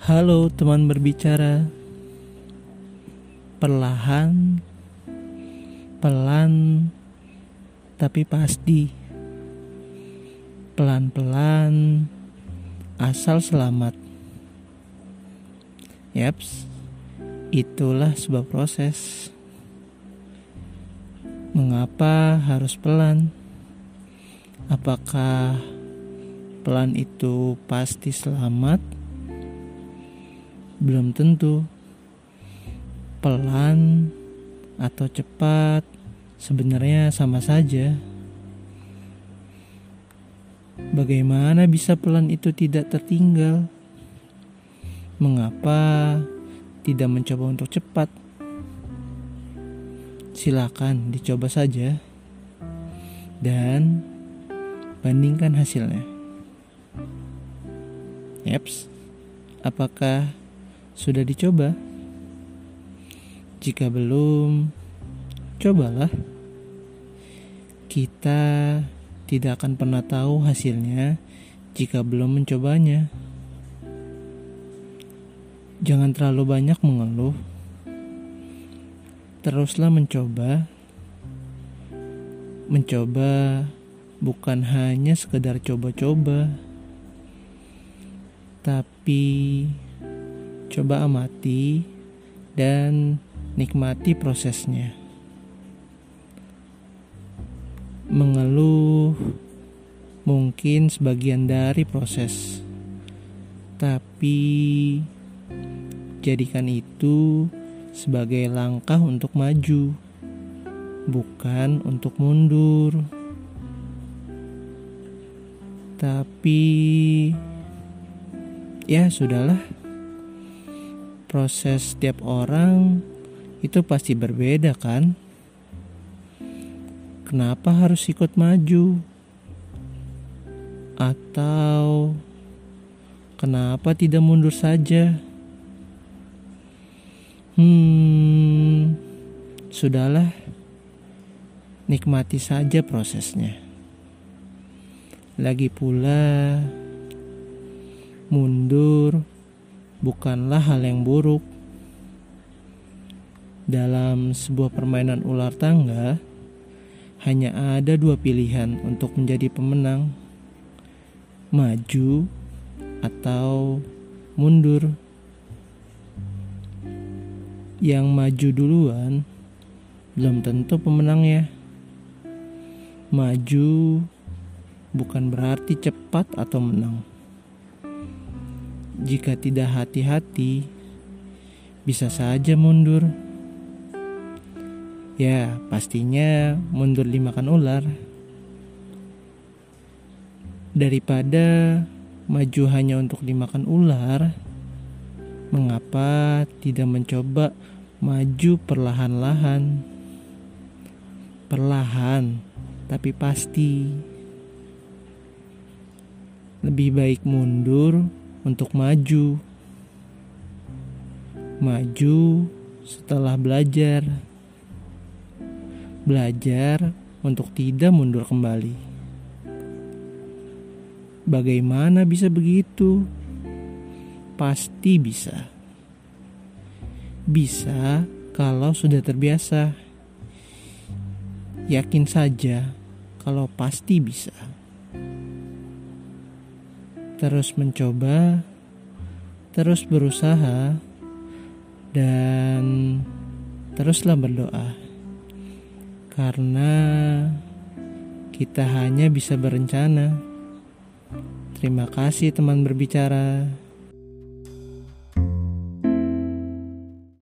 Halo teman berbicara. Perlahan, pelan, tapi pasti. Pelan-pelan, asal selamat. Yaps, itulah sebuah proses. Mengapa harus pelan? Apakah pelan itu pasti selamat? Belum tentu. Pelan atau cepat sebenarnya sama saja. Bagaimana bisa pelan itu tidak tertinggal? Mengapa tidak mencoba untuk cepat? Silakan dicoba saja dan bandingkan hasilnya. Yaps, apakah sudah dicoba? Jika belum, cobalah. Kita tidak akan pernah tahu hasilnya jika belum mencobanya. Jangan terlalu banyak mengeluh. Teruslah mencoba. Mencoba bukan hanya sekedar coba-coba, tapi coba amati dan nikmati prosesnya. Mengeluh mungkin sebagian dari proses, tapi jadikan itu sebagai langkah untuk maju, bukan untuk mundur. Tapi ya sudahlah. Proses setiap orang itu pasti berbeda kan? Kenapa harus ikut maju? Atau kenapa tidak mundur saja? Sudahlah. Nikmati saja prosesnya. Lagi pula, mundur bukanlah hal yang buruk. Dalam sebuah permainan ular tangga, hanya ada dua pilihan untuk menjadi pemenang: maju atau mundur. Yang maju duluan belum tentu pemenangnya. Maju bukan berarti cepat atau menang. Jika tidak hati-hati, bisa saja mundur. Ya, pastinya mundur dimakan ular. Daripada maju hanya untuk dimakan ular, mengapa tidak mencoba maju perlahan-lahan? Perlahan, tapi pasti. Lebih baik mundur untuk maju. Maju setelah belajar. Belajar untuk tidak mundur kembali. Bagaimana bisa begitu? Pasti bisa. Bisa kalau sudah terbiasa. Yakin saja kalau pasti bisa. Terus mencoba, terus berusaha, dan teruslah berdoa. Karena kita hanya bisa berencana. Terima kasih teman berbicara.